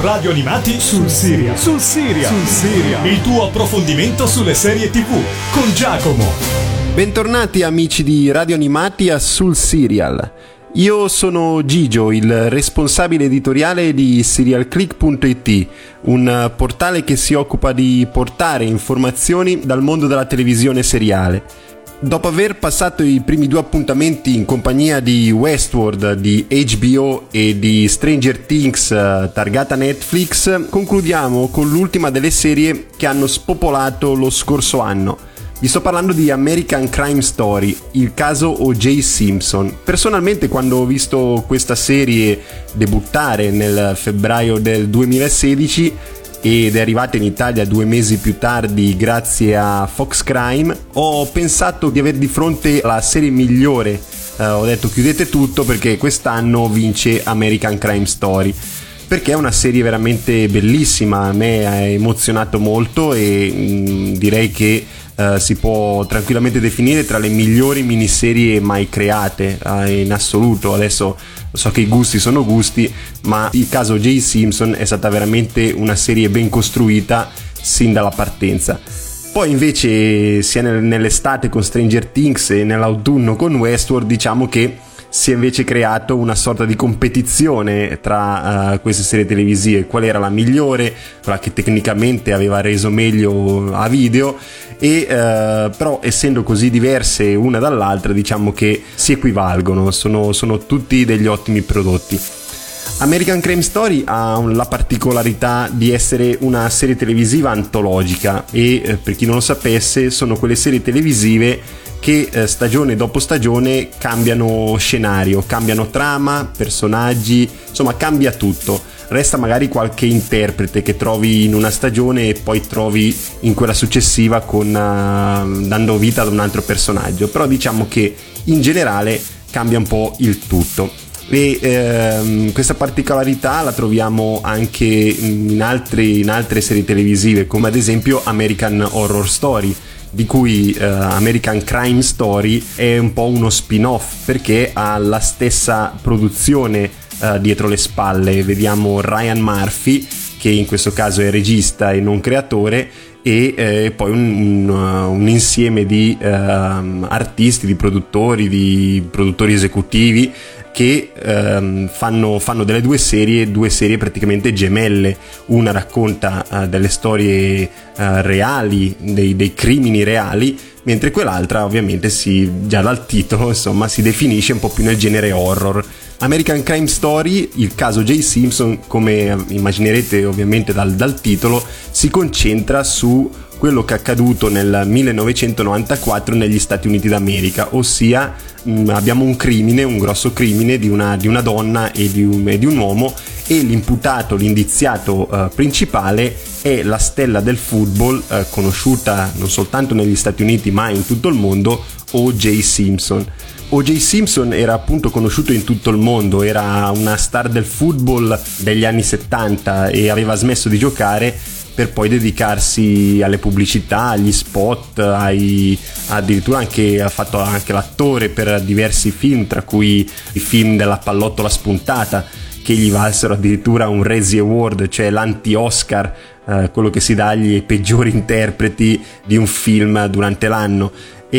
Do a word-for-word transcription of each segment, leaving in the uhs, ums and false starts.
Radio Animati sul Serial. Sul Serial. Sul Serial. Il tuo approfondimento sulle serie tivù con Giacomo. Bentornati amici di Radio Animati a Sul Serial. Io sono Gigio, il responsabile editoriale di serial click punto it, un portale che si occupa di portare informazioni dal mondo della televisione seriale. Dopo aver passato i primi due appuntamenti in compagnia di Westworld, di H B O e di Stranger Things targata Netflix, concludiamo con l'ultima delle serie che hanno spopolato lo scorso anno. Vi sto parlando di American Crime Story, il caso O J Simpson. Personalmente, quando ho visto questa serie debuttare nel febbraio del duemilasedici ed è arrivata in Italia due mesi più tardi grazie a Fox Crime, ho pensato di avere di fronte la serie migliore. Uh, ho detto chiudete tutto perché quest'anno vince American Crime Story, perché è una serie veramente bellissima, a me ha emozionato molto e mh, direi che uh, si può tranquillamente definire tra le migliori miniserie mai create uh, in assoluto. Adesso so che i gusti sono gusti, ma il caso O J Simpson è stata veramente una serie ben costruita sin dalla partenza. Poi invece sia nel, nell'estate con Stranger Things e nell'autunno con Westworld, diciamo che si è invece creato una sorta di competizione tra uh, queste serie televisive, qual era la migliore, quella che tecnicamente aveva reso meglio a video, e uh, però essendo così diverse una dall'altra, diciamo che si equivalgono, sono, sono tutti degli ottimi prodotti. American Crime Story ha la particolarità di essere una serie televisiva antologica e eh, per chi non lo sapesse sono quelle serie televisive che eh, stagione dopo stagione cambiano scenario, cambiano trama, personaggi, insomma cambia tutto. Resta magari qualche interprete che trovi in una stagione e poi trovi in quella successiva con, uh, dando vita ad un altro personaggio, però diciamo che in generale cambia un po' il tutto. E ehm, questa particolarità la troviamo anche in, altri, in altre serie televisive, come ad esempio American Horror Story, di cui eh, American Crime Story è un po' uno spin-off perché ha la stessa produzione eh, dietro le spalle. Vediamo Ryan Murphy, che in questo caso è regista e non creatore, e eh, poi un, un, un insieme di eh, artisti, di produttori, di produttori esecutivi che ehm, fanno, fanno delle due serie, due serie praticamente gemelle. Una racconta eh, delle storie eh, reali, dei, dei crimini reali, mentre quell'altra ovviamente si, già dal titolo insomma si definisce un po' più nel genere horror. American Crime Story, il caso J. Simpson, come immaginerete ovviamente dal, dal titolo, si concentra su quello che è accaduto nel millenovecentonovantaquattro negli Stati Uniti d'America, ossia mh, abbiamo un crimine, un grosso crimine di una, di una donna e di un, e di un uomo, e l'imputato, l'indiziato uh, principale è la stella del football uh, conosciuta non soltanto negli Stati Uniti ma in tutto il mondo, O J Simpson. O J Simpson era appunto conosciuto in tutto il mondo, era una star del football degli anni settanta e aveva smesso di giocare per poi dedicarsi alle pubblicità, agli spot, ai, addirittura anche ha fatto anche l'attore per diversi film, tra cui i film della pallottola spuntata, che gli valsero addirittura un Razzie Award, cioè l'anti-Oscar, eh, quello che si dà agli peggiori interpreti di un film durante l'anno.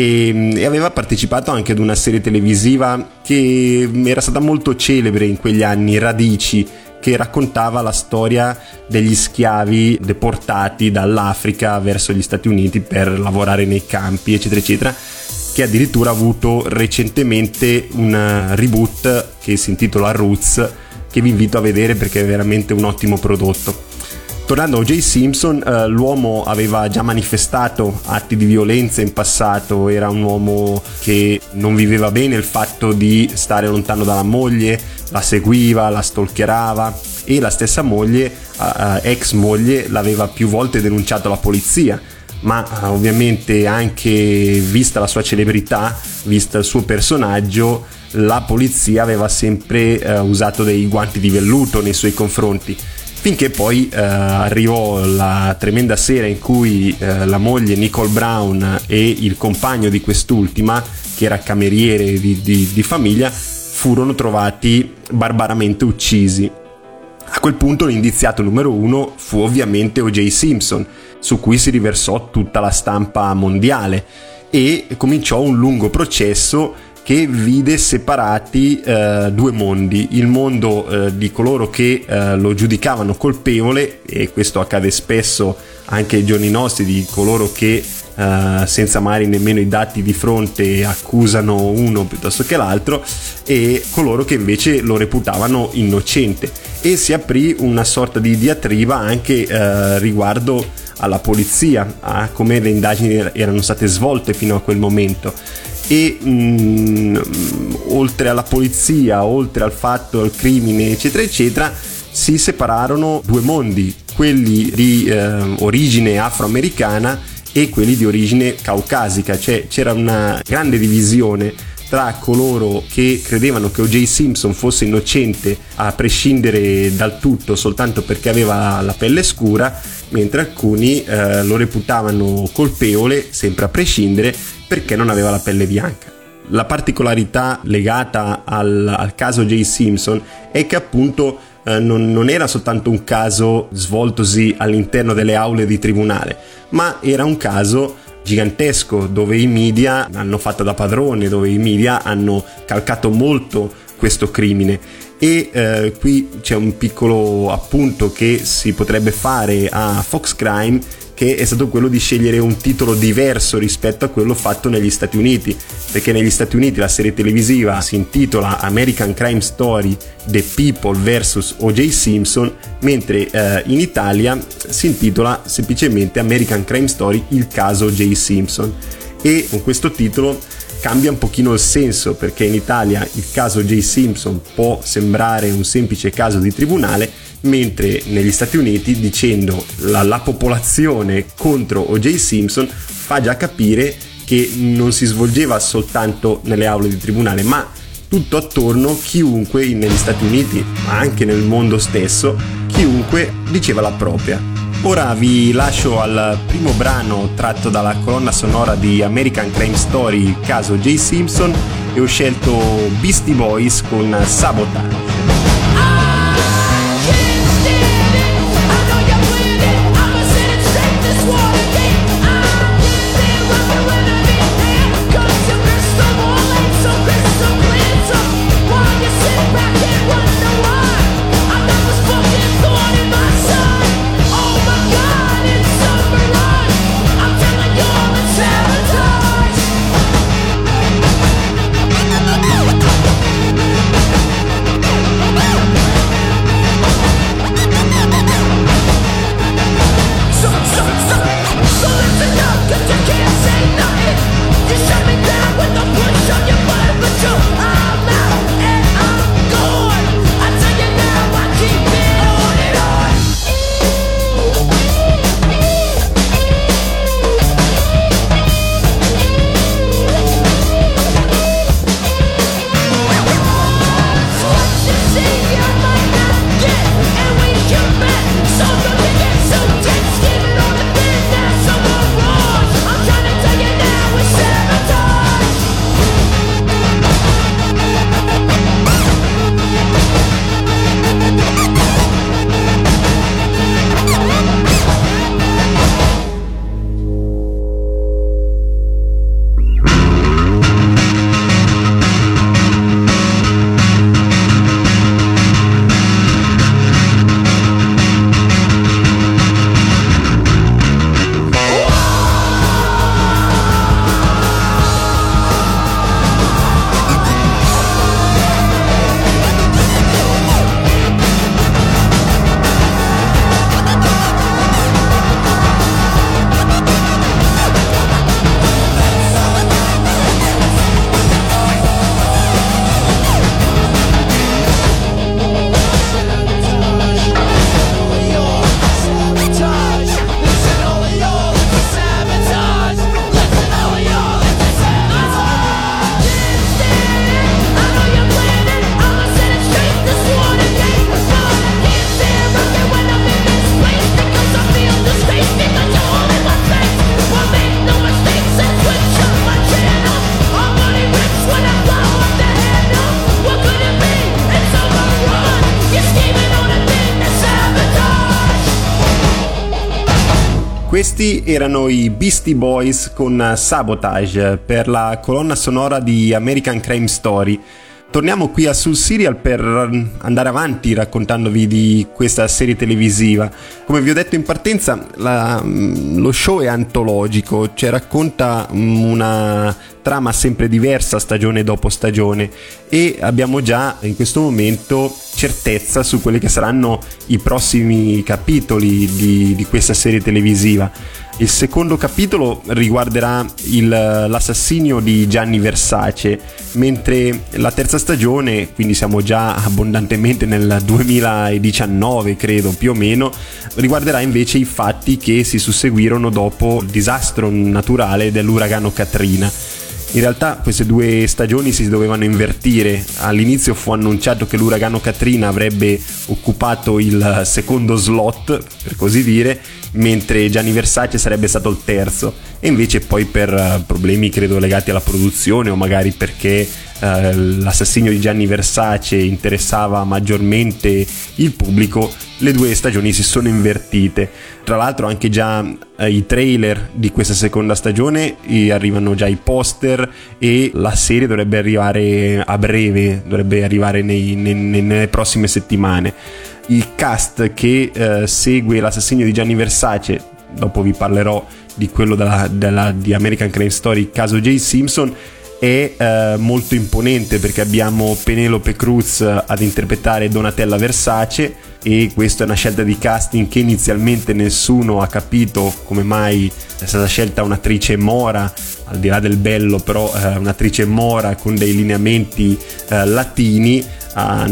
E, e aveva partecipato anche ad una serie televisiva che era stata molto celebre in quegli anni, Radici, che raccontava la storia degli schiavi deportati dall'Africa verso gli Stati Uniti per lavorare nei campi, eccetera eccetera, che addirittura ha avuto recentemente un reboot che si intitola Roots, che vi invito a vedere perché è veramente un ottimo prodotto. Tornando a O J Simpson, eh, l'uomo aveva già manifestato atti di violenza in passato, era un uomo che non viveva bene il fatto di stare lontano dalla moglie, la seguiva, la stalkerava, e la stessa moglie, eh, ex moglie, l'aveva più volte denunciato alla polizia, ma eh, ovviamente anche vista la sua celebrità, vista il suo personaggio, la polizia aveva sempre eh, usato dei guanti di velluto nei suoi confronti. Finché poi eh, arrivò la tremenda sera in cui eh, la moglie Nicole Brown e il compagno di quest'ultima, che era cameriere di, di, di famiglia, furono trovati barbaramente uccisi. A quel punto l'indiziato numero uno fu ovviamente O J Simpson, su cui si riversò tutta la stampa mondiale e cominciò un lungo processo che vide separati eh, due mondi: il mondo eh, di coloro che eh, lo giudicavano colpevole, e questo accade spesso anche ai giorni nostri, di coloro che eh, senza magari nemmeno i dati di fronte accusano uno piuttosto che l'altro, e coloro che invece lo reputavano innocente, e si aprì una sorta di diatriba anche eh, riguardo alla polizia, a come le indagini erano state svolte fino a quel momento. E mh, oltre alla polizia, oltre al fatto, al crimine eccetera eccetera, si separarono due mondi: quelli di eh, origine afroamericana e quelli di origine caucasica. Cioè c'era una grande divisione tra coloro che credevano che O J Simpson fosse innocente a prescindere dal tutto soltanto perché aveva la pelle scura, mentre alcuni eh, lo reputavano colpevole sempre a prescindere perché non aveva la pelle bianca. La particolarità legata al, al caso O J Simpson è che appunto eh, non, non era soltanto un caso svoltosi all'interno delle aule di tribunale, ma era un caso gigantesco dove i media hanno fatto da padrone, dove i media hanno calcato molto questo crimine. E eh, qui c'è un piccolo appunto che si potrebbe fare a Fox Crime, che è stato quello di scegliere un titolo diverso rispetto a quello fatto negli Stati Uniti, perché negli Stati Uniti la serie televisiva si intitola American Crime Story The People versus O J Simpson, mentre eh, in Italia si intitola semplicemente American Crime Story Il caso O J Simpson. E con questo titolo cambia un pochino il senso, perché in Italia il caso O J Simpson può sembrare un semplice caso di tribunale, mentre negli Stati Uniti, dicendo la, la popolazione contro O J Simpson, fa già capire che non si svolgeva soltanto nelle aule di tribunale, ma tutto attorno chiunque negli Stati Uniti, ma anche nel mondo stesso, chiunque diceva la propria. Ora vi lascio al primo brano tratto dalla colonna sonora di American Crime Story, il caso O J Simpson, e ho scelto Beastie Boys con Sabotage. Sabotage. Questi erano i Beastie Boys con Sabotage per la colonna sonora di American Crime Story. Torniamo qui a Sul Serial per andare avanti raccontandovi di questa serie televisiva. Come vi ho detto in partenza, la, lo show è antologico, cioè racconta una trama sempre diversa stagione dopo stagione e abbiamo già in questo momento certezza su quelli che saranno i prossimi capitoli di, di questa serie televisiva. Il secondo capitolo riguarderà il, l'assassinio di Gianni Versace, mentre la terza stagione, quindi siamo già abbondantemente nel duemiladiciannove credo più o meno, riguarderà invece i fatti che si susseguirono dopo il disastro naturale dell'uragano Katrina. In realtà queste due stagioni si dovevano invertire. All'inizio fu annunciato che l'uragano Katrina avrebbe occupato il secondo slot, per così dire, mentre Gianni Versace sarebbe stato il terzo, e invece poi per problemi credo legati alla produzione o magari perché eh, l'assassinio di Gianni Versace interessava maggiormente il pubblico, le due stagioni si sono invertite. Tra l'altro anche già eh, i trailer di questa seconda stagione, eh, arrivano già i poster e la serie dovrebbe arrivare a breve, dovrebbe arrivare nei, nei, nelle prossime settimane. Il cast che eh, segue l'assassinio di Gianni Versace, dopo vi parlerò di quello della, della, di American Crime Story, caso J. Simpson, è eh, molto imponente perché abbiamo Penelope Cruz ad interpretare Donatella Versace, e questa è una scelta di casting che inizialmente nessuno ha capito come mai è stata scelta un'attrice mora, al di là del bello, però eh, un'attrice mora con dei lineamenti eh, latini a,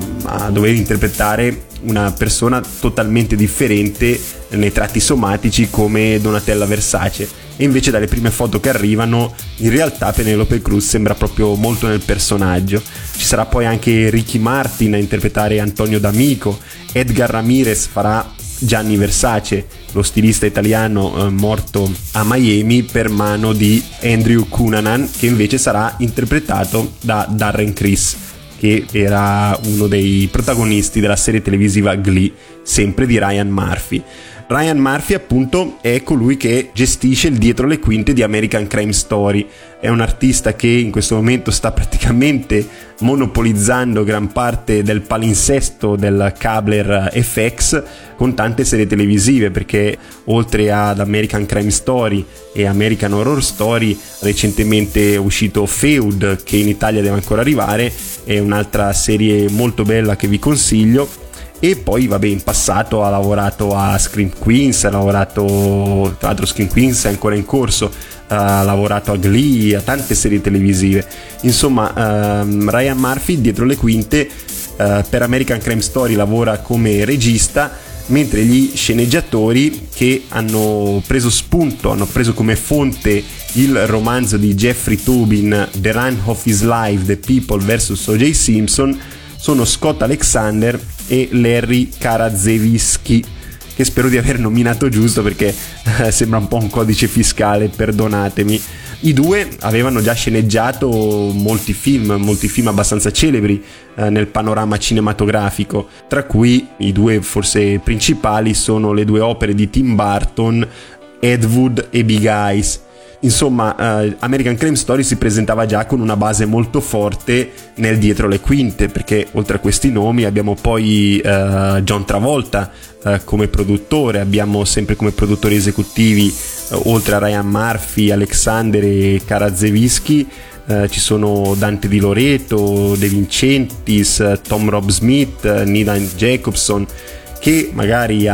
a dover interpretare una persona totalmente differente nei tratti somatici come Donatella Versace. E invece dalle prime foto che arrivano in realtà Penelope Cruz sembra proprio molto nel personaggio. Ci sarà poi anche Ricky Martin a interpretare Antonio D'Amico, Edgar Ramirez farà Gianni Versace, lo stilista italiano eh, morto a Miami per mano di Andrew Cunanan, che invece sarà interpretato da Darren Criss, che era uno dei protagonisti della serie televisiva Glee, sempre di Ryan Murphy. Ryan Murphy appunto è colui che gestisce il dietro le quinte di American Crime Story, è un artista che in questo momento sta praticamente monopolizzando gran parte del palinsesto del Kabler F X con tante serie televisive, perché oltre ad American Crime Story e American Horror Story recentemente è uscito Feud, che in Italia deve ancora arrivare, è un'altra serie molto bella che vi consiglio. E poi vabbè, in passato ha lavorato a Scream Queens, ha lavorato, tra l'altro Scream Queens è ancora in corso, ha lavorato a Glee, a tante serie televisive. Insomma, um, Ryan Murphy dietro le quinte uh, per American Crime Story lavora come regista, mentre gli sceneggiatori che hanno preso spunto, hanno preso come fonte il romanzo di Jeffrey Toobin The Run of His Life, The People versus O J. Simpson, sono Scott Alexander e Larry Karazevisky, che spero di aver nominato giusto perché eh, sembra un po' un codice fiscale, perdonatemi. I due avevano già sceneggiato molti film, molti film abbastanza celebri eh, nel panorama cinematografico, tra cui i due forse principali sono le due opere di Tim Burton, Ed Wood e Big Eyes. Insomma, uh, American Crime Story si presentava già con una base molto forte nel dietro le quinte, perché oltre a questi nomi abbiamo poi uh, John Travolta uh, come produttore, abbiamo sempre come produttori esecutivi, uh, oltre a Ryan Murphy, Alexander e Karazevisky, uh, ci sono Dante Di Loreto, De Vincentis, uh, Tom Rob Smith, uh, Nina Jacobson, che magari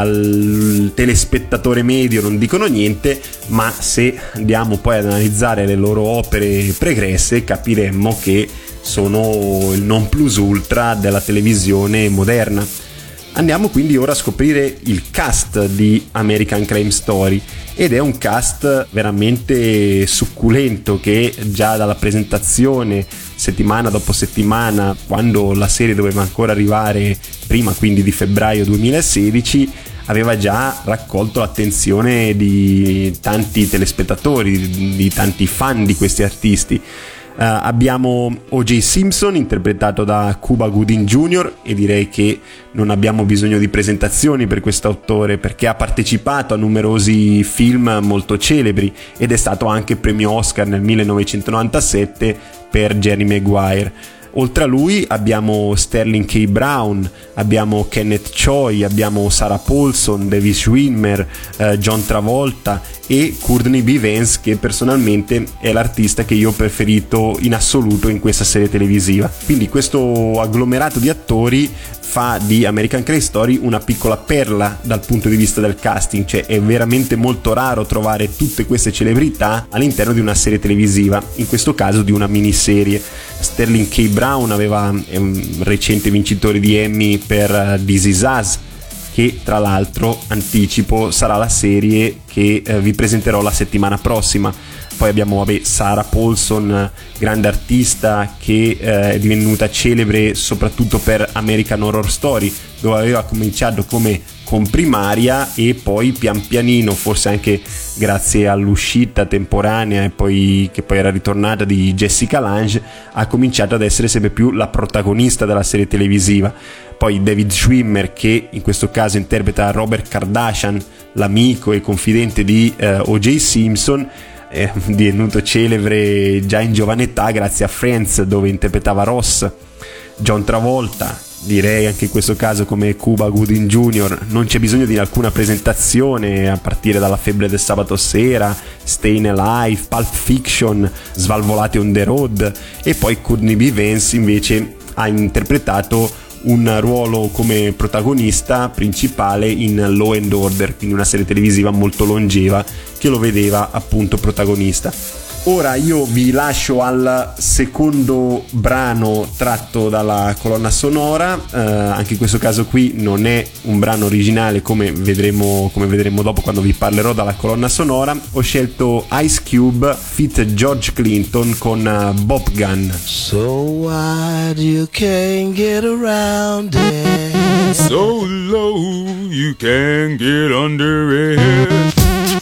al telespettatore medio non dicono niente, ma se andiamo poi ad analizzare le loro opere pregresse capiremmo che sono il non plus ultra della televisione moderna. Andiamo quindi ora a scoprire il cast di American Crime Story, ed è un cast veramente succulento che già dalla presentazione settimana dopo settimana, quando la serie doveva ancora arrivare prima quindi di febbraio duemilasedici, aveva già raccolto l'attenzione di tanti telespettatori, di tanti fan di questi artisti. Uh, abbiamo O J Simpson interpretato da Cuba Gooding Junior e direi che non abbiamo bisogno di presentazioni per questo autore, perché ha partecipato a numerosi film molto celebri ed è stato anche premio Oscar nel millenovecentonovantasette per Jerry Maguire. Oltre a lui abbiamo Sterling K. Brown, abbiamo Kenneth Choi, abbiamo Sarah Paulson, David Schwimmer, eh, John Travolta e Courtney B. Vance, che personalmente è l'artista che io ho preferito in assoluto in questa serie televisiva. Quindi questo agglomerato di attori fa di American Crime Story una piccola perla dal punto di vista del casting, cioè è veramente molto raro trovare tutte queste celebrità all'interno di una serie televisiva, in questo caso di una miniserie. Sterling K. Brown aveva, è un recente vincitore di Emmy per This Is Us, che tra l'altro, anticipo, sarà la serie che eh, vi presenterò la settimana prossima. Poi abbiamo vabbè, Sarah Paulson, grande artista che eh, è divenuta celebre soprattutto per American Horror Story, dove aveva cominciato come comprimaria e poi pian pianino, forse anche grazie all'uscita temporanea e poi che poi era ritornata di Jessica Lange, ha cominciato ad essere sempre più la protagonista della serie televisiva. Poi David Schwimmer, che in questo caso interpreta Robert Kardashian, l'amico e confidente di eh, O J Simpson, è divenuto celebre già in giovane età grazie a Friends, dove interpretava Ross. John Travolta, direi anche in questo caso come Cuba Gooding Junior, non c'è bisogno di alcuna presentazione, a partire dalla Febbre del sabato sera, Stayin' Alive, Pulp Fiction, Svalvolati on the Road. E poi Courtney B. Vance invece ha interpretato un ruolo come protagonista principale in Law and Order, quindi una serie televisiva molto longeva che lo vedeva appunto protagonista. Ora io vi lascio al secondo brano tratto dalla colonna sonora, eh, anche in questo caso qui non è un brano originale, come vedremo, come vedremo dopo quando vi parlerò dalla colonna sonora. Ho scelto Ice Cube feat George Clinton con Bob Gunn. So wide you can't get around it, so low you can't get under it.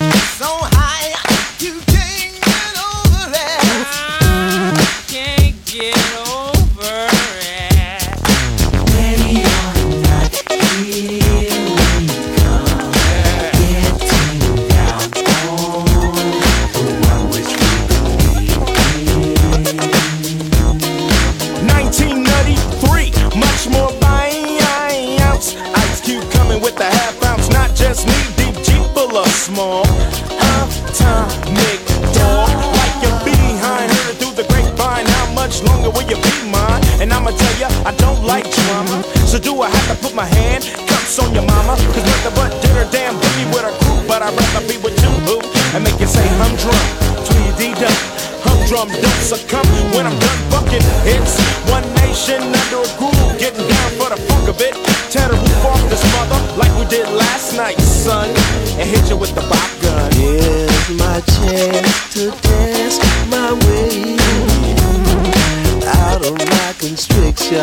Small atomic dog, like your behind, heard it through the grapevine. How much longer will you be mine? And I'ma tell ya, I don't like drama. So do I have to put my hand cups on your mama? Cause nothing but did her damn booty with her crew, but I'd rather be with you, boo, and make you say humdrum, tweedy-dum. Humdrum don't succumb when I'm done bucking. It's one nation under a groove, getting down for the funk of it. Tear the roof off this mother like we did last night, son, and hit you with the bop gun. Here's my chance to dance my way out of my constriction.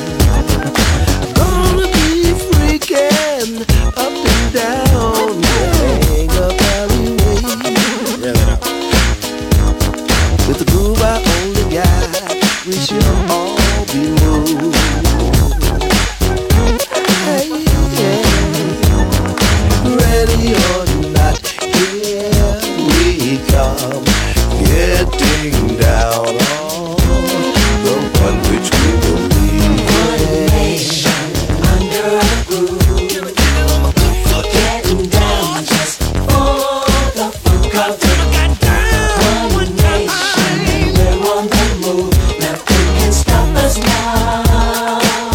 Gonna be freaking up and down, hang up alleyway. With the groove I only got, we should all be moved. Hey, yeah. Ready or not, here we come, getting down on the one which we believe. One nation under a groove, getting down just for the funk of it. One nation, we're on the move, nothing can stop us now.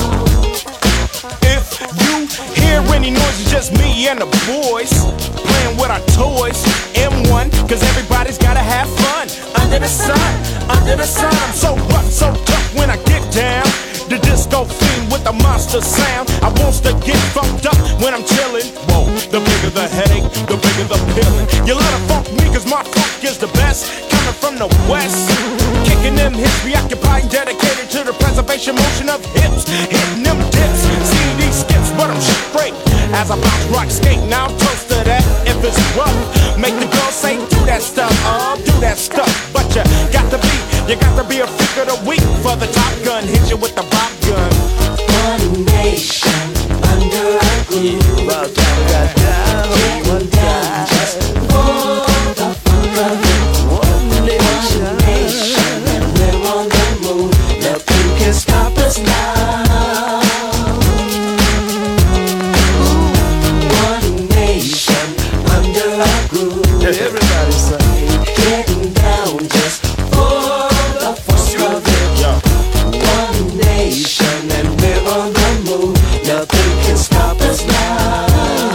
If you hear any noise, it's just me and the boys playing with our toys. M one, cause everybody's gotta have fun under the sun, under the sun. I'm so rough, so tough when I get down. The disco fiend with the monster sound. I wants to get funked up when I'm chillin'. Whoa, the bigger the headache, the bigger the pillin'. You love to funk me cause my funk is the best, coming from the west. Kicking them hips, preoccupied, dedicated to the preservation motion of hips. Hitting them dips, C D skips, but I'm straight as I bounce, rock, skate. Now toast to that. If it's rough, make the girl say do that stuff, oh, do that stuff. But you got to be You got to be a freak of the week for the Top Gun. Hit you with the Bop Gun. One nation under a groove. About time we got down, one down, just for the fun of it. One nation, one nation, and we're on the move. Nothing can stop us now. One nation under a groove. Everybody say, getting down just for the fun of it. One nation and we're on the move. Nothing can stop us now.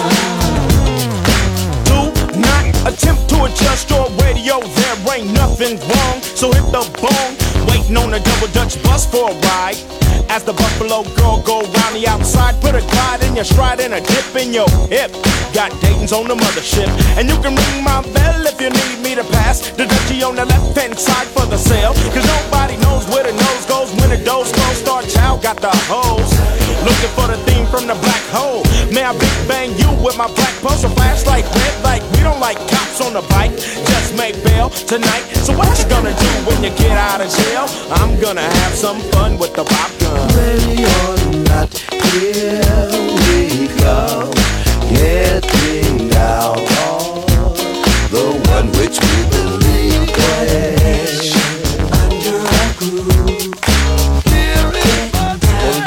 Do not attempt to adjust your radio. There ain't nothing wrong. So hit the bone. Waiting on a double Dutch bus for a ride. As the Buffalo girl go round the outside, put a glide in your stride and a dip in your hip. Got Dayton's on the mothership, and you can ring my bell if you need me to pass the Dutchie on the left hand side for the sale. Cause nobody knows where the nose goes when the doors close. Star Child got the hose, looking for the theme from the black hole. May I big bang you with my black poster flashlight, red light. We don't like cops on the bike, just make bail tonight. So what you gonna do when you get out of jail? I'm gonna have some fun with the pop gun. Ready or not, here we come, getting down on the one which we believe in. Under a groove, here it comes.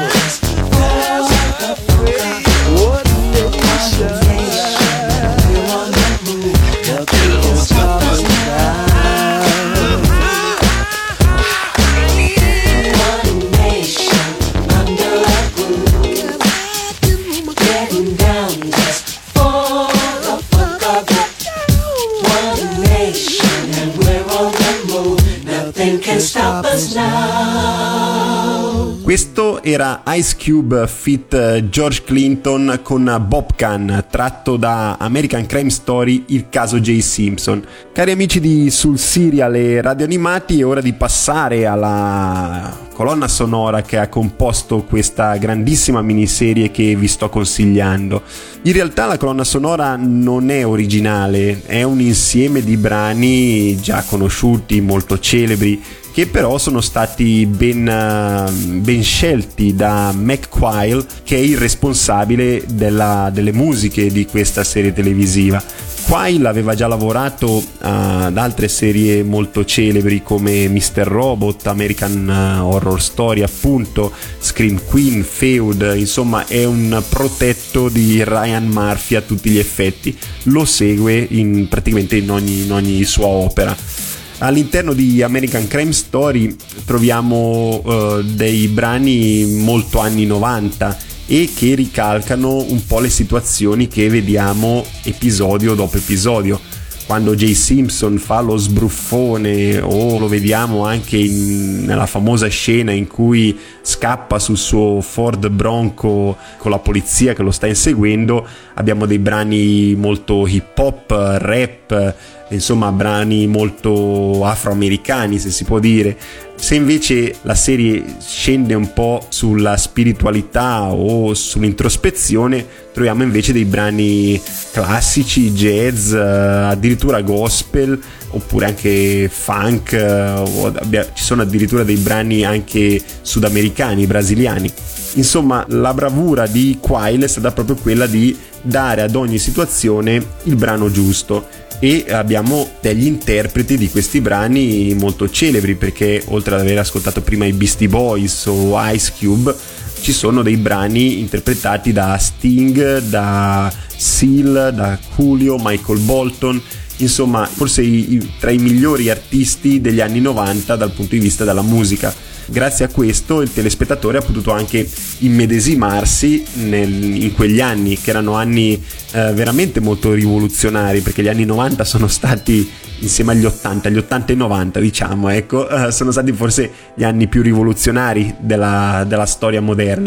One nation, we're on the move. Nothing can stop us now. Questo era Ice Cube feat. George Clinton con Bob Kahn, tratto da American Crime Story, il caso J. Simpson. Cari amici di Sul Serial e Radio Animati, è ora di passare alla colonna sonora che ha composto questa grandissima miniserie che vi sto consigliando. In realtà la colonna sonora non è originale, è un insieme di brani già conosciuti, molto celebri, che però sono stati ben, ben scelti da McQuile, che è il responsabile della, delle musiche di questa serie televisiva. Quile aveva già lavorato ad altre serie molto celebri come mister Robot, American Horror Story appunto, Scream Queen, Feud, insomma è un protetto di Ryan Murphy a tutti gli effetti, lo segue in, praticamente in ogni, in ogni sua opera. All'interno di American Crime Story troviamo uh, dei brani molto anni novanta e che ricalcano un po' le situazioni che vediamo episodio dopo episodio. Quando J. Simpson fa lo sbruffone, o lo vediamo anche in, nella famosa scena in cui scappa sul suo Ford Bronco con la polizia che lo sta inseguendo, abbiamo dei brani molto hip hop, rap, insomma brani molto afroamericani, se si può dire. Se invece la serie scende un po' sulla spiritualità o sull'introspezione, troviamo invece dei brani classici, jazz, addirittura gospel, oppure anche funk, ci sono addirittura dei brani anche sudamericani, brasiliani. Insomma, la bravura di Quile è stata proprio quella di dare ad ogni situazione il brano giusto, e abbiamo degli interpreti di questi brani molto celebri, perché oltre ad aver ascoltato prima i Beastie Boys o Ice Cube, ci sono dei brani interpretati da Sting, da Seal, da Coolio, Michael Bolton, insomma forse i, i, tra i migliori artisti degli anni novanta dal punto di vista della musica. Grazie a questo il telespettatore ha potuto anche immedesimarsi nel, in quegli anni, che erano anni eh, veramente molto rivoluzionari, perché gli anni novanta sono stati, insieme agli ottanta, gli ottanta e novanta diciamo, ecco, eh, sono stati forse gli anni più rivoluzionari della, della storia moderna,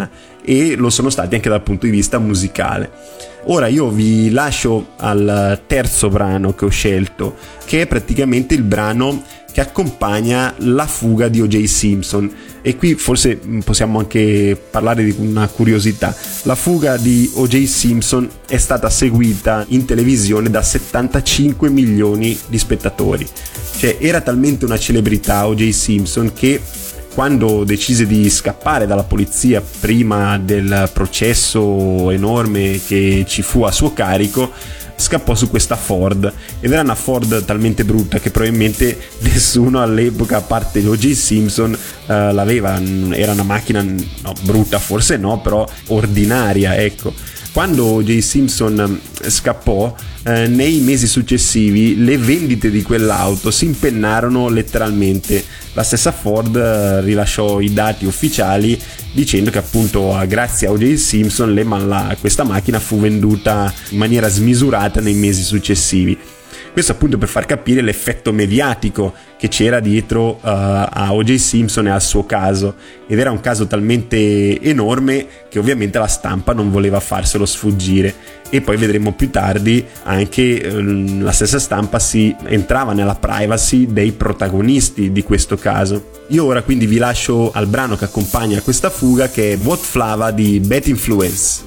e lo sono stati anche dal punto di vista musicale. Ora io vi lascio al terzo brano che ho scelto, che è praticamente il brano che accompagna la fuga di O J Simpson, e qui forse possiamo anche parlare di una curiosità. La fuga di O J Simpson è stata seguita in televisione da settantacinque milioni di spettatori, cioè era talmente una celebrità O J Simpson che quando decise di scappare dalla polizia prima del processo enorme che ci fu a suo carico, scappò su questa Ford, ed era una Ford talmente brutta che probabilmente nessuno all'epoca, a parte O J Simpson, eh, l'aveva. Era una macchina, no, brutta forse no, però ordinaria, ecco. Quando O J Simpson scappò, eh, nei mesi successivi le vendite di quell'auto si impennarono letteralmente. La stessa Ford eh, rilasciò i dati ufficiali dicendo che appunto grazie a O J Simpson le, la, questa macchina fu venduta in maniera smisurata nei mesi successivi. Questo appunto per far capire l'effetto mediatico che c'era dietro uh, a O J Simpson e al suo caso, ed era un caso talmente enorme che ovviamente la stampa non voleva farselo sfuggire, e poi vedremo più tardi anche um, la stessa stampa si entrava nella privacy dei protagonisti di questo caso. Io ora quindi vi lascio al brano che accompagna questa fuga, che è What Flava di Bad Influence.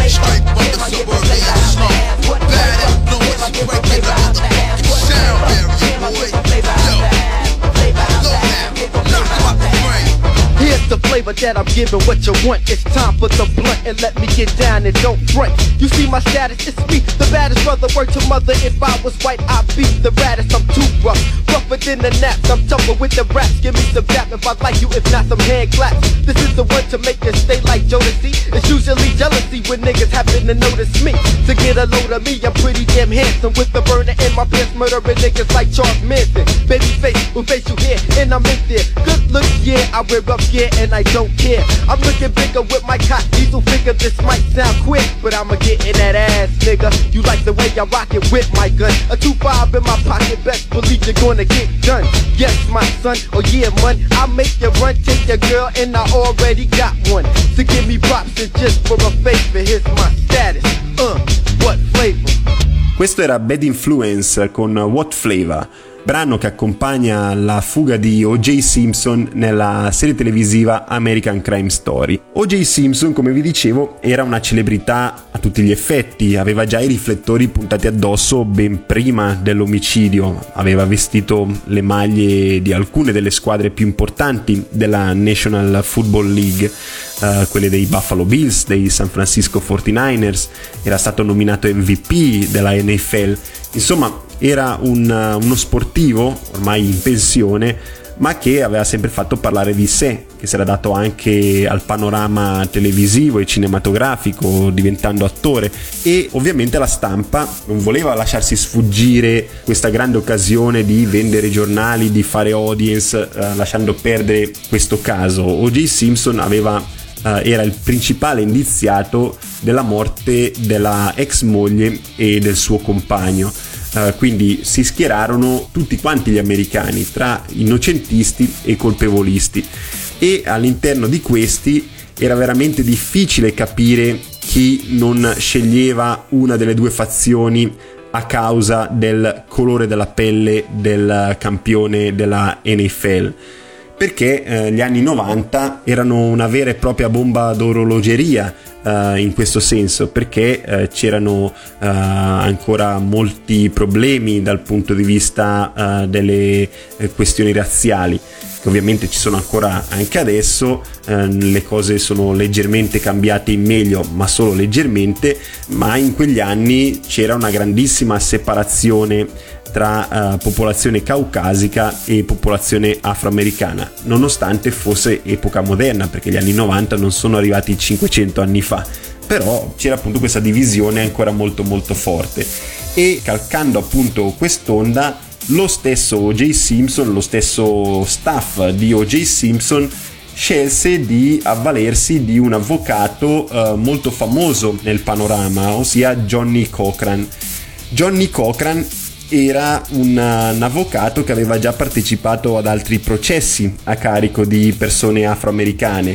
Here's the flavor that I'm giving what you want. It's time for the blunt and let me get down and don't front. You see my status, it's me, the baddest brother, word to mother. If I was white, I'd be the raddest. I'm too rough, rougher than the naps. I'm tougher with the raps. Give me some dap if I like you, if not some hand claps. This is the one to make you stay like Jodeci. It's usually jealousy when niggas happen to notice me. To get a load of me, I'm pretty damn handsome, with the burner in my pants, murdering niggas like Charles Manson. Baby face, will face you here, and I'm in there. Good look, yeah, I wear up gear and I don't care. I'm looking bigger with my cock diesel figure. This might sound quick, but I'ma get in that ass, nigga. You like the way I rock it with my gun? A two five in my pocket, best believe you're gonna get done. Yes, my son, oh yeah, man, I'll make you run, take your girl, and I already got one. So give me props and just for a favor, here's my status. Uh, what flavor? Questo era Bad Influence con What Flavor, brano che accompagna la fuga di O J Simpson nella serie televisiva American Crime Story. O J Simpson, come vi dicevo, era una celebrità a tutti gli effetti, aveva già i riflettori puntati addosso ben prima dell'omicidio, aveva vestito le maglie di alcune delle squadre più importanti della National Football League, Uh, quelle dei Buffalo Bills, dei San Francisco forty-niners, era stato nominato M V P della N F L, insomma era un, uh, uno sportivo ormai in pensione, ma che aveva sempre fatto parlare di sé, che si era dato anche al panorama televisivo e cinematografico diventando attore, e ovviamente la stampa non voleva lasciarsi sfuggire questa grande occasione di vendere giornali, di fare audience, uh, lasciando perdere questo caso. O J Simpson aveva Uh, era il principale indiziato della morte della ex moglie e del suo compagno, uh, quindi si schierarono tutti quanti gli americani tra innocentisti e colpevolisti, e all'interno di questi era veramente difficile capire chi non sceglieva una delle due fazioni a causa del colore della pelle del campione della N F L. Perché eh, gli anni novanta erano una vera e propria bomba d'orologeria eh, in questo senso, perché eh, c'erano eh, ancora molti problemi dal punto di vista eh, delle eh, questioni razziali, che ovviamente ci sono ancora anche adesso. Eh, le cose sono leggermente cambiate in meglio, ma solo leggermente, ma in quegli anni c'era una grandissima separazione tra uh, popolazione caucasica e popolazione afroamericana, nonostante fosse epoca moderna, perché gli anni novanta non sono arrivati cinquecento anni fa, però c'era appunto questa divisione ancora molto molto forte, e calcando appunto quest'onda lo stesso O J Simpson, lo stesso staff di O J Simpson scelse di avvalersi di un avvocato uh, molto famoso nel panorama, ossia Johnnie Cochran. Johnnie Cochran era un, un avvocato che aveva già partecipato ad altri processi a carico di persone afroamericane.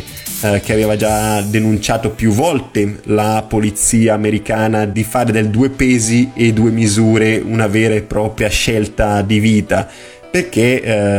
eh, che aveva già denunciato più volte la polizia americana di fare del due pesi e due misure una vera e propria scelta di vita, perché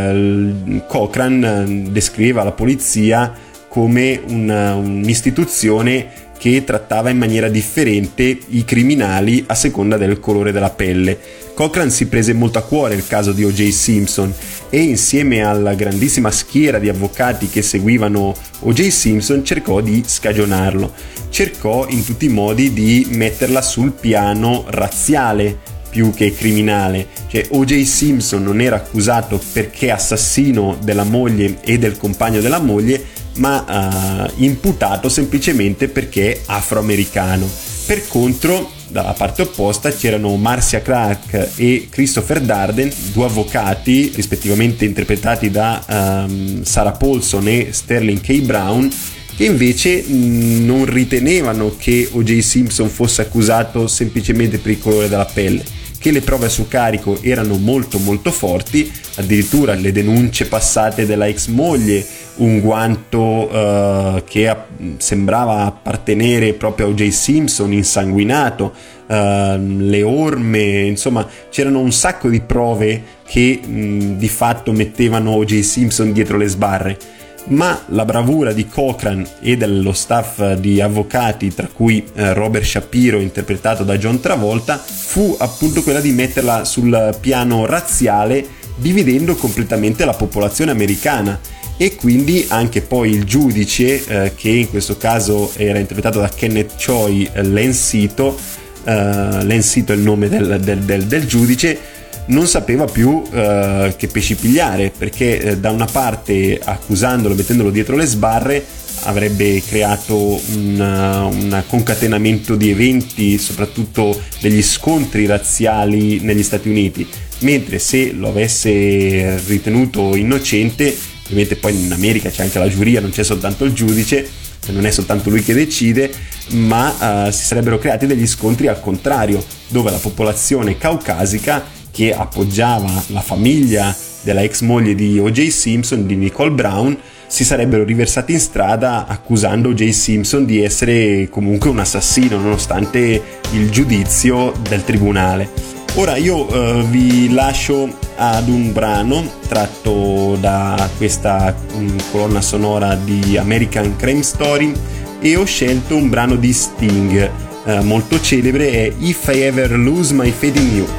eh, Cochran descriveva la polizia come una, un'istituzione che trattava in maniera differente i criminali a seconda del colore della pelle. Cochran si prese molto a cuore il caso di O J Simpson e insieme alla grandissima schiera di avvocati che seguivano O J Simpson cercò di scagionarlo, cercò in tutti i modi di metterla sul piano razziale più che criminale. Cioè O J Simpson non era accusato perché assassino della moglie e del compagno della moglie, ma uh, imputato semplicemente perché è afroamericano. Per contro, dalla parte opposta c'erano Marcia Clark e Christopher Darden, due avvocati rispettivamente interpretati da um, Sarah Paulson e Sterling K. Brown, che invece mh, non ritenevano che O J Simpson fosse accusato semplicemente per il colore della pelle, che le prove a suo carico erano molto molto forti, addirittura le denunce passate della ex moglie, un guanto uh, che a- sembrava appartenere proprio a O J Simpson insanguinato, uh, le orme, insomma c'erano un sacco di prove che mh, di fatto mettevano O J Simpson dietro le sbarre. Ma la bravura di Cochran e dello staff di avvocati, tra cui eh, Robert Shapiro interpretato da John Travolta, fu appunto quella di metterla sul piano razziale, dividendo completamente la popolazione americana. E quindi anche poi il giudice, eh, che in questo caso era interpretato da Kenneth Choi, eh, Lensito, eh, Lensito è il nome del, del, del, del giudice, non sapeva più eh, che pesci pigliare, perché eh, da una parte accusandolo, mettendolo dietro le sbarre, avrebbe creato un, un concatenamento di eventi, soprattutto degli scontri razziali negli Stati Uniti, mentre se lo avesse ritenuto innocente, ovviamente poi in America c'è anche la giuria, non c'è soltanto il giudice, non è soltanto lui che decide, ma uh, si sarebbero creati degli scontri al contrario, dove la popolazione caucasica che appoggiava la famiglia della ex moglie di O J Simpson, di Nicole Brown, si sarebbero riversati in strada accusando O J Simpson di essere comunque un assassino, nonostante il giudizio del tribunale. Ora io eh, vi lascio ad un brano tratto da questa um, colonna sonora di American Crime Story, e ho scelto un brano di Sting eh, molto celebre, è If I Ever Lose My Faith in You.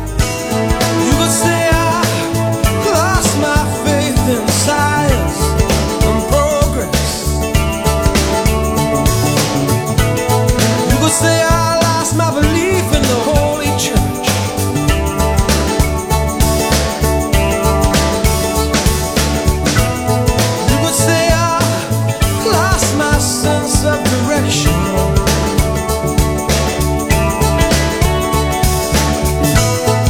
Direction.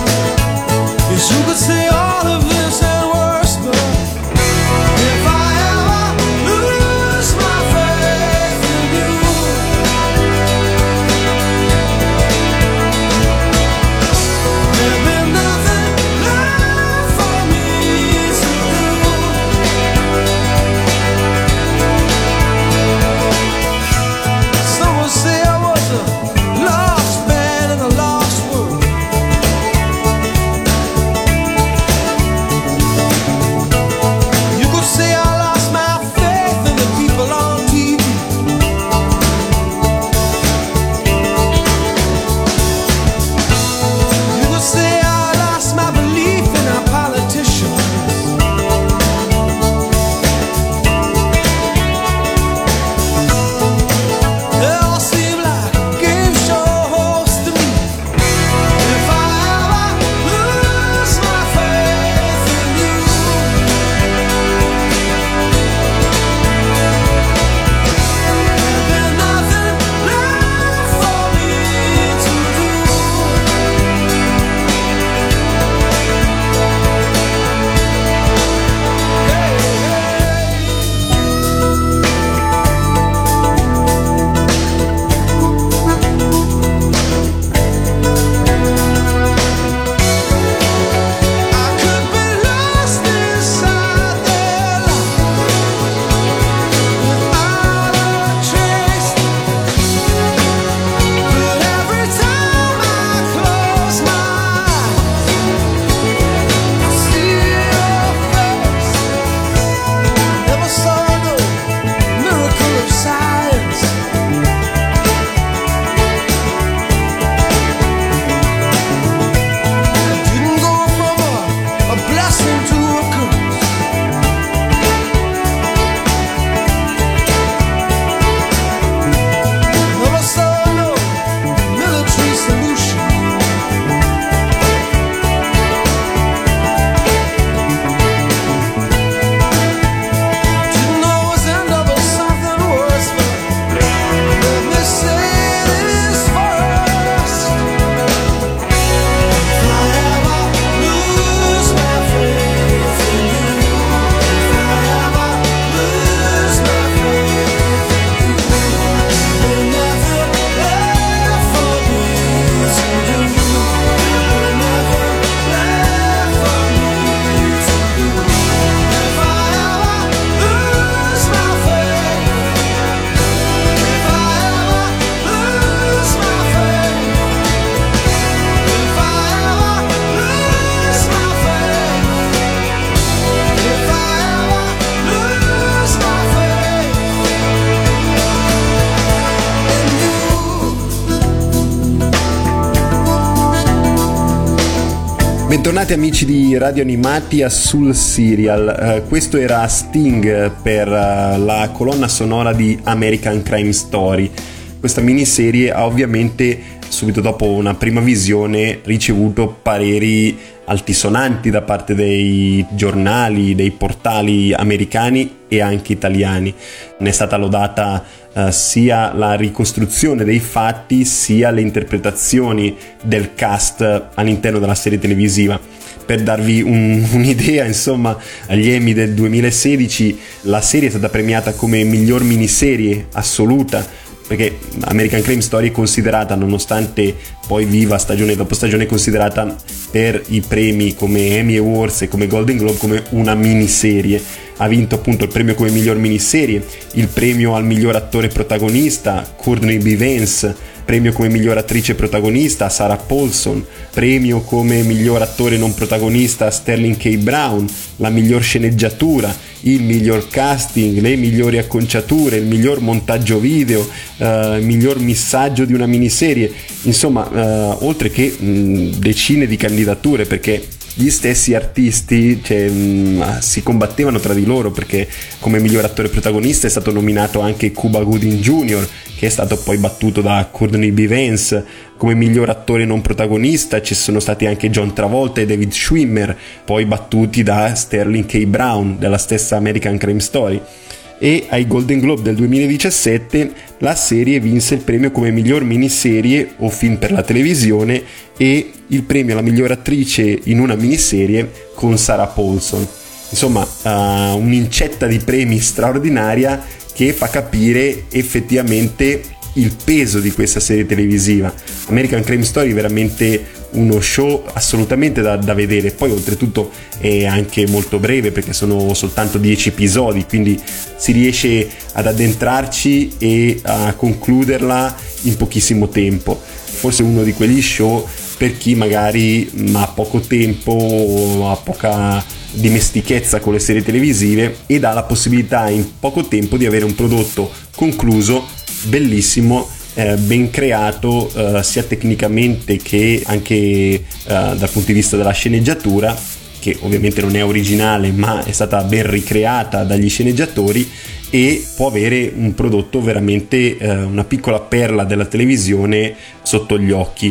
Bentornati amici di Radio Animati a Sul Serial. Uh, questo era Sting per uh, la colonna sonora di American Crime Story. Questa miniserie ha ovviamente, subito dopo una prima visione, ricevuto pareri altisonanti da parte dei giornali, dei portali americani e anche italiani. Ne è stata lodata uh, sia la ricostruzione dei fatti sia le interpretazioni del cast all'interno della serie televisiva. Per darvi un, un'idea, insomma, agli Emmy del duemilasedici la serie è stata premiata come miglior miniserie assoluta, perché American Crime Story è considerata, nonostante poi viva stagione dopo stagione, è considerata per i premi come Emmy Awards e come Golden Globe come una miniserie. Ha vinto appunto il premio come miglior miniserie, il premio al miglior attore protagonista Courtney B. Vance, premio come miglior attrice protagonista Sarah Paulson, premio come miglior attore non protagonista Sterling K. Brown, la miglior sceneggiatura, il miglior casting, le migliori acconciature, il miglior montaggio video, eh, il miglior missaggio di una miniserie, insomma, eh, oltre che mh, decine di candidature, perché gli stessi artisti, cioè, mh, si combattevano tra di loro, perché come miglior attore protagonista è stato nominato anche Cuba Gooding Junior, che è stato poi battuto da Courtney B. Vance. Come miglior attore non protagonista ci sono stati anche John Travolta e David Schwimmer, poi battuti da Sterling K. Brown della stessa American Crime Story. E ai Golden Globe del duemiladiciassette la serie vinse il premio come miglior miniserie o film per la televisione e il premio alla miglior attrice in una miniserie con Sarah Paulson. Insomma, uh, un'incetta di premi straordinaria che fa capire effettivamente il peso di questa serie televisiva. American Crime Story è veramente uno show assolutamente da, da vedere. Poi oltretutto è anche molto breve, perché sono soltanto dieci episodi, quindi si riesce ad addentrarci e a concluderla in pochissimo tempo. Forse uno di quegli show per chi magari ha poco tempo o ha poca dimestichezza con le serie televisive ed ha la possibilità in poco tempo di avere un prodotto concluso, bellissimo, eh, ben creato, eh, sia tecnicamente che anche eh, dal punto di vista della sceneggiatura, che ovviamente non è originale ma è stata ben ricreata dagli sceneggiatori, e può avere un prodotto veramente, eh, una piccola perla della televisione sotto gli occhi.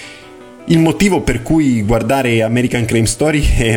Il motivo per cui guardare American Crime Story è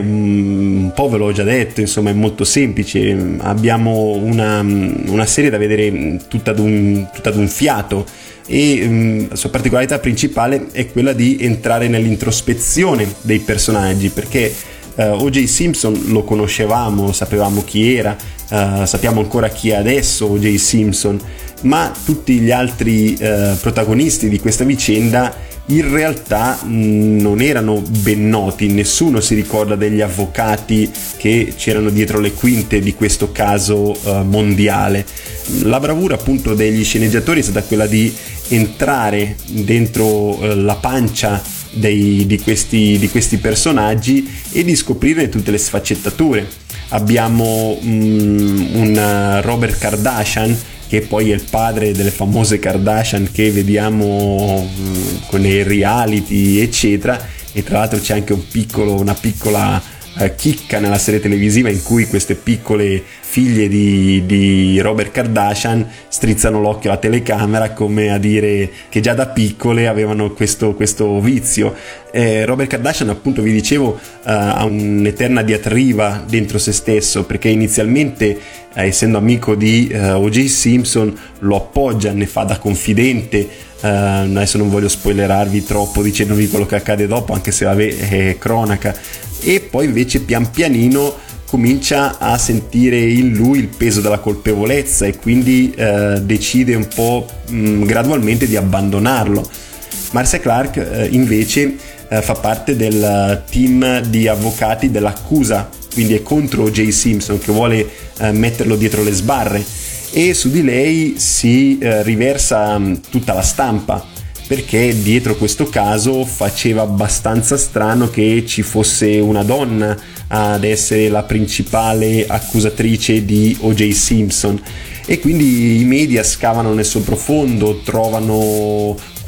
un po', ve l'ho già detto, insomma è molto semplice. Abbiamo una, una serie da vedere tutta ad un, tutta ad un fiato, e um, la sua particolarità principale è quella di entrare nell'introspezione dei personaggi, perché uh, O J. Simpson lo conoscevamo, sapevamo chi era, uh, sappiamo ancora chi è adesso O J. Simpson, ma tutti gli altri uh, protagonisti di questa vicenda in realtà mh, non erano ben noti. Nessuno si ricorda degli avvocati che c'erano dietro le quinte di questo caso uh, mondiale. La bravura appunto degli sceneggiatori è stata quella di entrare dentro uh, la pancia dei, di, questi, di questi personaggi e di scoprirne tutte le sfaccettature. Abbiamo mh, un Robert Kardashian, che poi è il padre delle famose Kardashian che vediamo mh, con i reality eccetera, e tra l'altro c'è anche un piccolo, una piccola eh, chicca nella serie televisiva in cui queste piccole figlie di, di Robert Kardashian strizzano l'occhio alla telecamera come a dire che già da piccole avevano questo, questo vizio. Eh, Robert Kardashian, appunto vi dicevo, eh, ha un'eterna diatriba dentro se stesso, perché inizialmente eh, essendo amico di eh, O J. Simpson lo appoggia, ne fa da confidente. Uh, adesso non voglio spoilerarvi troppo dicendovi quello che accade dopo, anche se vabbè è cronaca, e poi invece pian pianino comincia a sentire in lui il peso della colpevolezza e quindi uh, decide un po' mh, gradualmente di abbandonarlo. Marcia Clark uh, invece uh, fa parte del team di avvocati dell'accusa, quindi è contro O J. Simpson, che vuole uh, metterlo dietro le sbarre, e su di lei si eh, riversa mh, tutta la stampa, perché dietro questo caso faceva abbastanza strano che ci fosse una donna ad essere la principale accusatrice di O J. Simpson, e quindi i media scavano nel suo profondo, trovano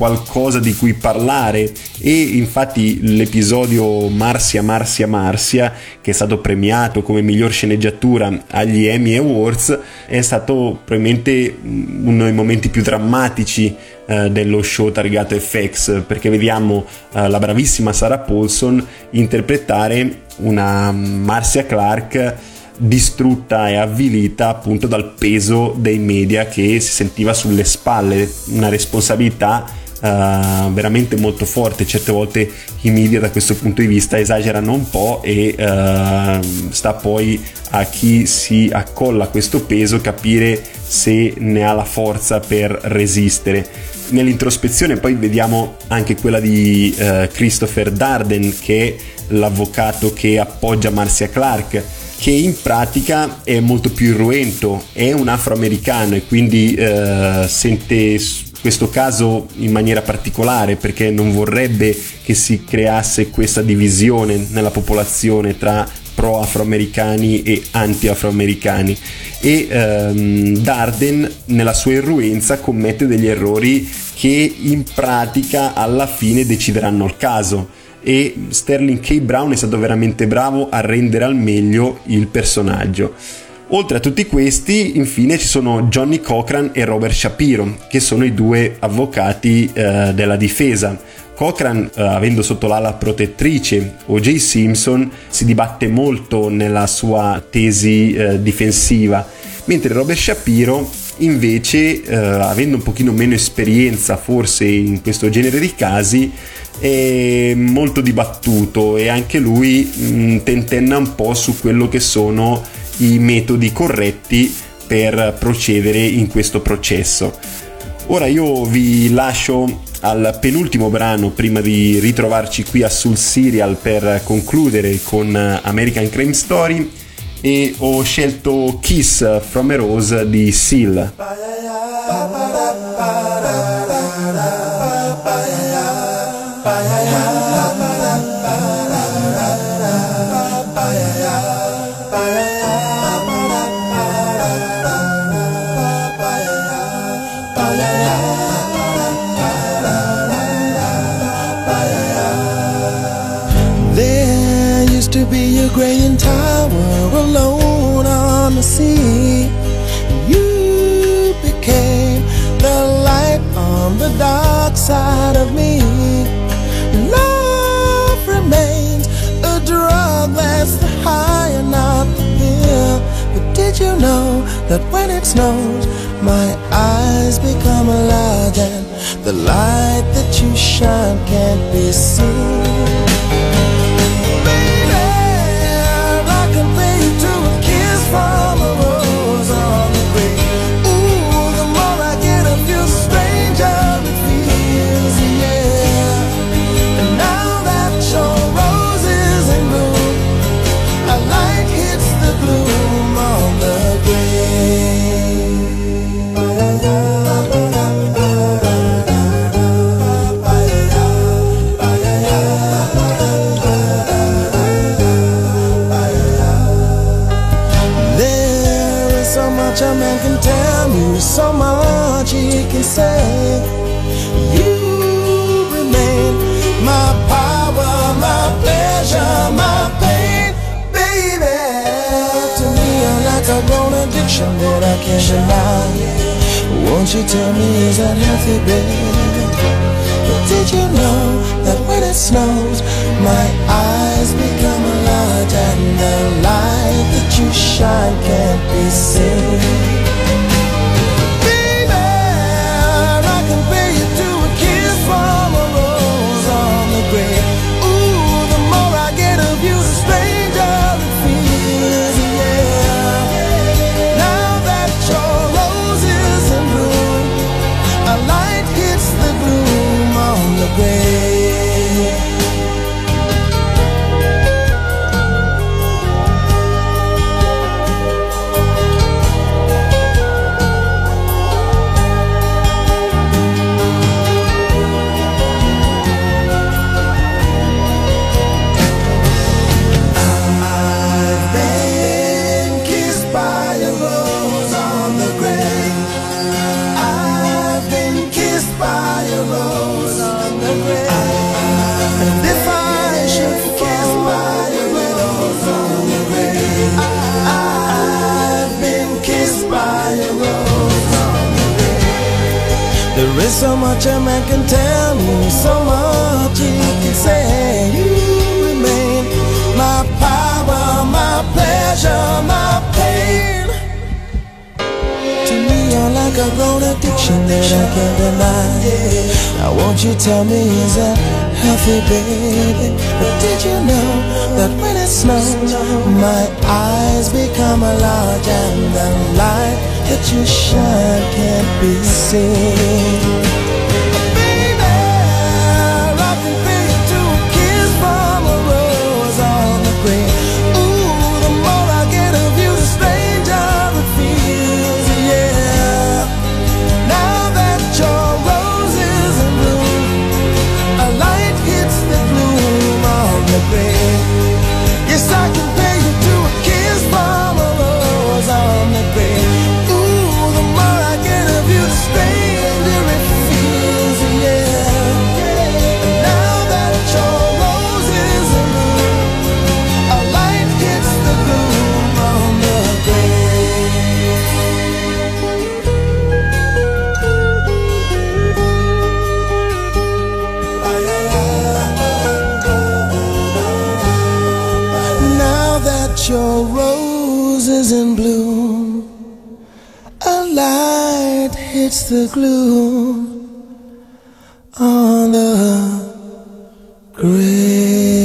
qualcosa di cui parlare, e infatti l'episodio Marcia Marcia Marcia, che è stato premiato come miglior sceneggiatura agli Emmy Awards, è stato probabilmente uno dei momenti più drammatici eh, dello show targato F X, perché vediamo eh, la bravissima Sarah Paulson interpretare una Marcia Clark distrutta e avvilita appunto dal peso dei media che si sentiva sulle spalle, una responsabilità uh, veramente molto forte. Certe volte i media da questo punto di vista esagerano un po' e uh, sta poi a chi si accolla a questo peso capire se ne ha la forza per resistere. Nell'introspezione poi vediamo anche quella di uh, Christopher Darden, che è l'avvocato che appoggia Marcia Clark, che in pratica è molto più irruento, è un afroamericano e quindi eh, sente questo caso in maniera particolare, perché non vorrebbe che si creasse questa divisione nella popolazione tra pro-afroamericani e anti-afroamericani, e ehm, Darden nella sua irruenza commette degli errori che in pratica alla fine decideranno il caso, e Sterling K. Brown è stato veramente bravo a rendere al meglio il personaggio. Oltre a tutti questi, infine, ci sono Johnny Cochran e Robert Shapiro, che sono i due avvocati eh, della difesa. Cochran, eh, avendo sotto l'ala protettrice O J Simpson, si dibatte molto nella sua tesi eh, difensiva, mentre Robert Shapiro invece, eh, avendo un pochino meno esperienza forse in questo genere di casi, è molto dibattuto e anche lui mh, tentenna un po' su quello che sono i metodi corretti per procedere in questo processo. Ora io vi lascio al penultimo brano prima di ritrovarci qui a Soul Serial per concludere con American Crime Story, e ho scelto Kiss from a Rose di Seal. There used to be a graying tower alone on the sea. You became the light on the dark side of me. Love remains a drug that's the high and not the pill. But did you know that when it snows, my eyes become large and the light that you shine can't be seen? From a rose on the grave. Ooh, the more I get of you, stranger it feels, yeah. And now that your rose is in bloom, a light hits the gloom on the grave. A man can tell me so much he can say. You remain my power, my pleasure, my pain, baby. To me you're like a grown addiction that I can't deny. Won't you tell me, is that healthy, baby? But did you know that when it snows, my eyes become large and the light that you shine can't be seen? Baby, I can pay you to a kiss from a rose on the grave. Ooh, the more I get of you, the stranger it feels, yeah. Now that your rose is in bloom, a light hits the gloom on the grave. so much a man can tell me, so much he can say. You remain my power, my pleasure, my pain. To me you're like a grown addiction that I can't deny. Now won't you tell me, is that healthy, baby? But did you know that when it snows, my eyes become large and the light that you shine can't be seen? Yes, I can pay you to a kiss from a rose on the grave. Ooh, the more I get of you, the stranger it feels, yeah. And now that your rose is in bloom, a light hits the gloom on the grave. Your rose is in bloom, a light hits the gloom on the grave.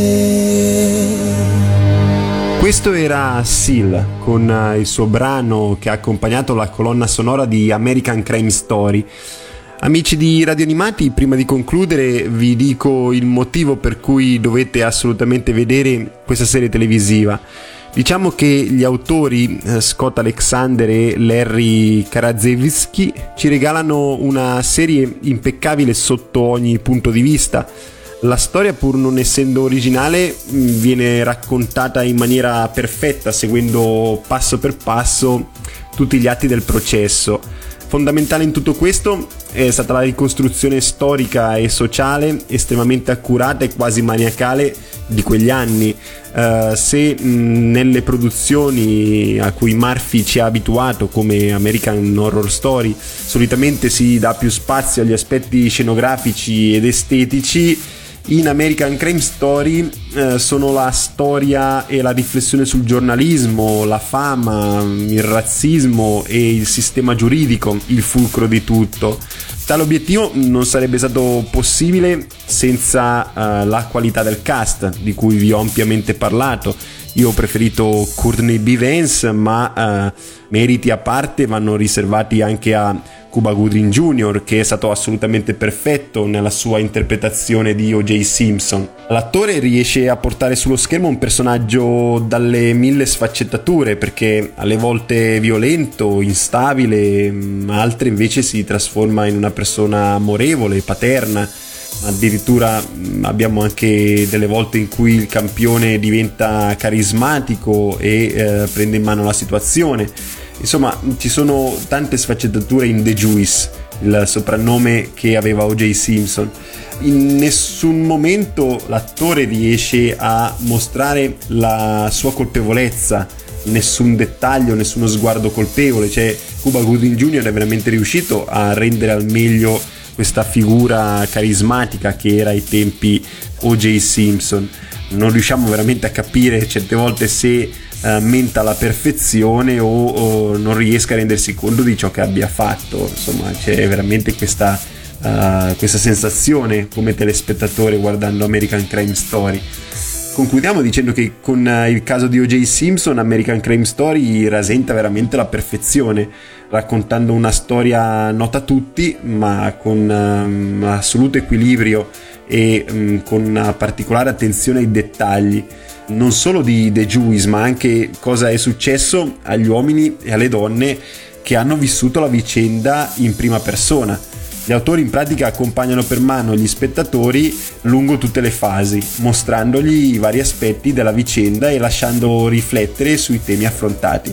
Questo era Seal con il suo brano che ha accompagnato la colonna sonora di American Crime Story. Amici di Radio Animati, prima di concludere vi dico il motivo per cui dovete assolutamente vedere questa serie televisiva. Diciamo che gli autori Scott Alexander e Larry Karaszewski ci regalano una serie impeccabile sotto ogni punto di vista. La storia, pur non essendo originale, viene raccontata in maniera perfetta, seguendo passo per passo tutti gli atti del processo. Fondamentale in tutto questo è stata la ricostruzione storica e sociale estremamente accurata e quasi maniacale di quegli anni. Uh, se mh, nelle produzioni a cui Murphy ci ha abituato, come American Horror Story, solitamente si dà più spazio agli aspetti scenografici ed estetici, in American Crime Story eh, sono la storia e la riflessione sul giornalismo, la fama, il razzismo e il sistema giuridico il fulcro di tutto. Tale obiettivo non sarebbe stato possibile senza eh, la qualità del cast, di cui vi ho ampiamente parlato. Io ho preferito Courtney B. Vance, ma eh, meriti a parte vanno riservati anche a Cuba Gooding Junior, che è stato assolutamente perfetto nella sua interpretazione di O J. Simpson. L'attore riesce a portare sullo schermo un personaggio dalle mille sfaccettature, perché alle volte violento, instabile, altre invece si trasforma in una persona amorevole, paterna. Addirittura abbiamo anche delle volte in cui il campione diventa carismatico e eh, prende in mano la situazione. Insomma, ci sono tante sfaccettature in The Juice, il soprannome che aveva O J. Simpson. In nessun momento l'attore riesce a mostrare la sua colpevolezza, nessun dettaglio, nessuno sguardo colpevole. Cioè, Cuba Gooding Junior è veramente riuscito a rendere al meglio questa figura carismatica che era ai tempi O J. Simpson. Non riusciamo veramente a capire certe volte se uh, menta alla perfezione o, o non riesca a rendersi conto di ciò che abbia fatto. Insomma, c'è veramente questa, uh, questa sensazione come telespettatore guardando American Crime Story. Concludiamo dicendo che con uh, il caso di O J. Simpson, American Crime Story rasenta veramente la perfezione, raccontando una storia nota a tutti, ma con um, assoluto equilibrio e um, con una particolare attenzione ai dettagli, non solo di The Juice, ma anche cosa è successo agli uomini e alle donne che hanno vissuto la vicenda in prima persona. Gli autori in pratica accompagnano per mano gli spettatori lungo tutte le fasi, mostrandogli i vari aspetti della vicenda e lasciando riflettere sui temi affrontati.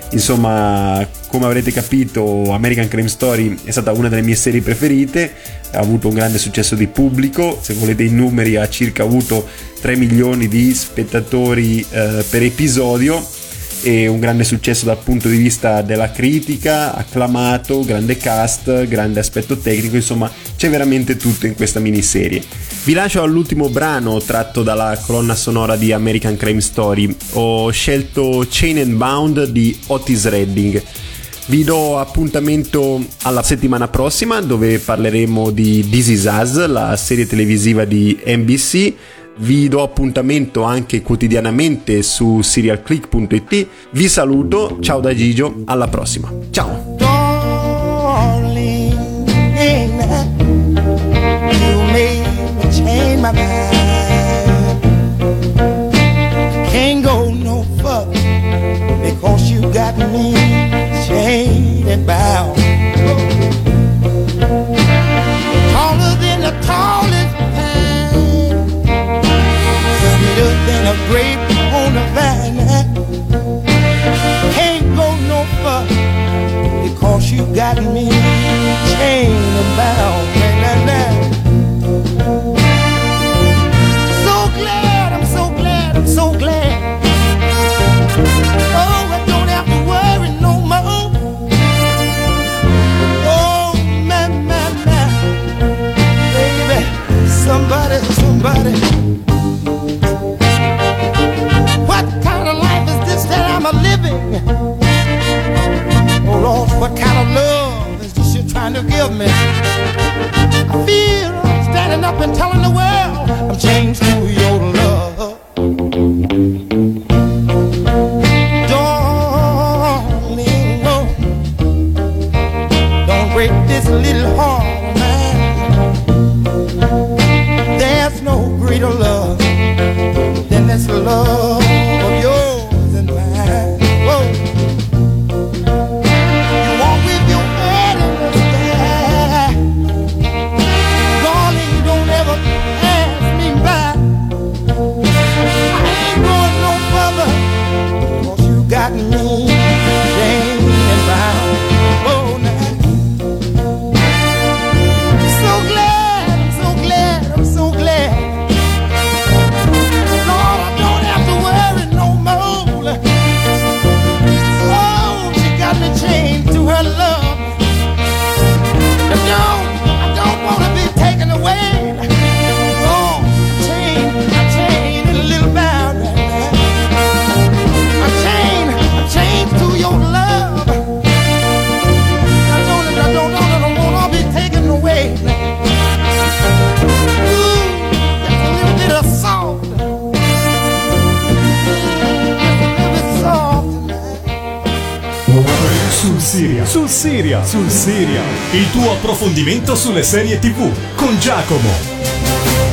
Insomma, come avrete capito, American Crime Story è stata una delle mie serie preferite, ha avuto un grande successo di pubblico. Se volete i numeri, ha circa avuto tre milioni di spettatori eh, per episodio, e un grande successo dal punto di vista della critica, acclamato, grande cast, grande aspetto tecnico, insomma c'è veramente tutto in questa miniserie. Vi lascio all'ultimo brano tratto dalla colonna sonora di American Crime Story. Ho scelto Chain and Bound di Otis Redding. Vi do appuntamento alla settimana prossima, dove parleremo di This Is Us, la serie televisiva di N B C. Vi do appuntamento anche quotidianamente su serial click punto it. Vi saluto, ciao da Gigio, alla prossima, ciao. Darling, you made me change my mind. Can't go no further because you got me chained and bound. Taller than the tallest pine, sweeter than a grape on the vine. Can't go no further because you got me chained and bound. Nah, nah, nah. So glad, I'm so glad, I'm so glad. Oh, I don't have to worry no more. Oh, man, man, man. Baby, somebody, somebody. What kind of life is this that I'm a living? Oh, Lord, what kind of love is this you're trying to give me? I feel like standing up and telling the world I'm changed to your love. Darling, oh, don't break this little heart of mine. There's no greater love than this love of yours and mine. Whoa. You walk with your head in the sky. Darling, don't ever pass me by. I ain't going no further, 'cause you got me chained and bound. Whoa, now. I'm so glad, I'm so glad, I'm so glad. Lord, I don't have to worry no more. Oh, she got me chained to her love. And no, I don't want to be taken away. Oh, I'm chained, I'm chained in a little bound right now. I'm chained, I'm chained to your love. I don't, I don't, I don't, I don't want to be taken away. Ooh, just a little bit of salt. Just a little bit soft tonight. Sul Siria, sul Siria, sul Siria. Il tuo approfondimento sulle serie tivù con Giacomo.